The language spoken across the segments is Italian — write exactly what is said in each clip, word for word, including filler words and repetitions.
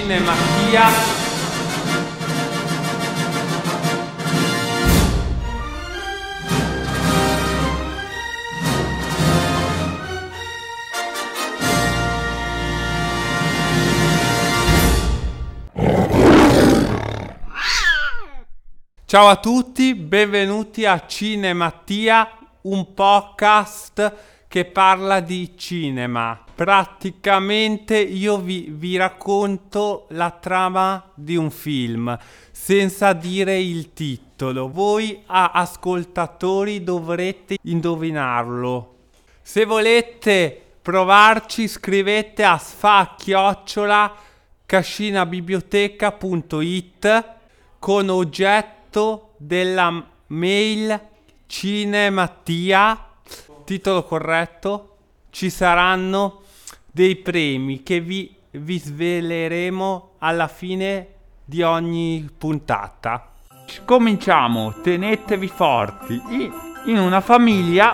Cinemattia. Ciao a tutti, benvenuti a Cinemattia, un podcast che parla di cinema. Praticamente io vi, vi racconto la trama di un film senza dire il titolo. Voi a ascoltatori dovrete indovinarlo. Se volete provarci, scrivete a sfa chiocciola cascinabiblioteca punto it con oggetto della mail Cinemattia, titolo corretto. Ci saranno dei premi che vi, vi sveleremo alla fine di ogni puntata. Cominciamo, tenetevi forti. In una famiglia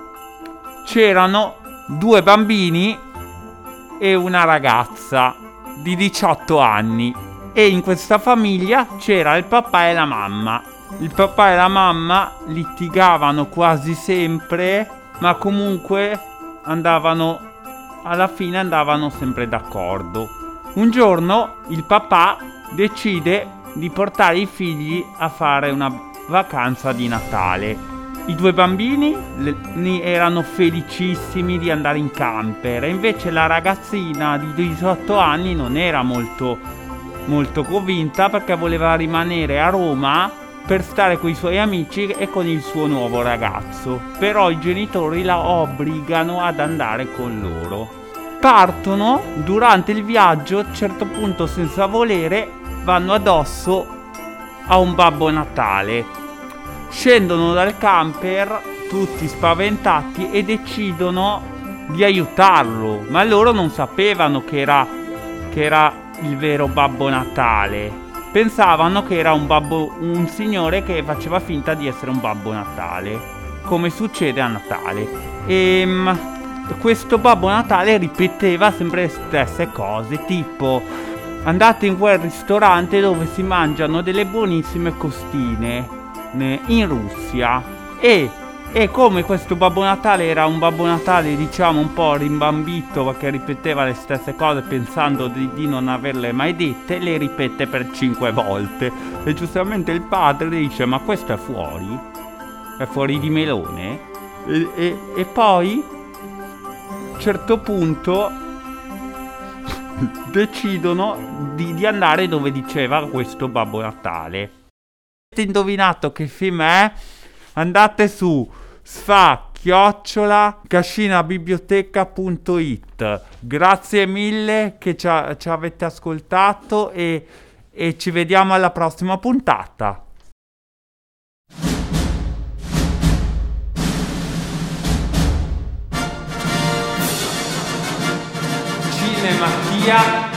c'erano due bambini e una ragazza di diciotto anni. E in questa famiglia c'era il papà e la mamma. Il papà e la mamma litigavano quasi sempre, ma comunque andavano, alla fine andavano sempre d'accordo. Un giorno il papà decide di portare i figli a fare una vacanza di Natale. I due bambini le, erano felicissimi di andare in camper, e invece la ragazzina di diciotto anni non era molto molto convinta, perché voleva rimanere a Roma per stare con i suoi amici e con il suo nuovo ragazzo. Però i genitori la obbligano ad andare con loro. Partono. Durante il viaggio, a un certo punto, senza volere, vanno addosso a un Babbo Natale. Scendono dal camper tutti spaventati e decidono di aiutarlo, ma loro non sapevano che era che era il vero Babbo Natale. Pensavano che era un babbo, un signore che faceva finta di essere un Babbo Natale, come succede a Natale. E questo Babbo Natale ripeteva sempre le stesse cose, tipo: andate in quel ristorante dove si mangiano delle buonissime costine in Russia. E E come questo Babbo Natale era un Babbo Natale, diciamo, un po' rimbambito, perché ripeteva le stesse cose pensando di, di non averle mai dette, le ripete per cinque volte. E giustamente il padre dice: ma questo è fuori? È fuori di melone? E, e, e poi, a un certo punto, decidono di, di andare dove diceva questo Babbo Natale. Avete indovinato che film è? Andate su sfa chiocciola cascinabiblioteca punto it. Grazie mille che ci, a, ci avete ascoltato e, e ci vediamo alla prossima puntata. Cinemattia.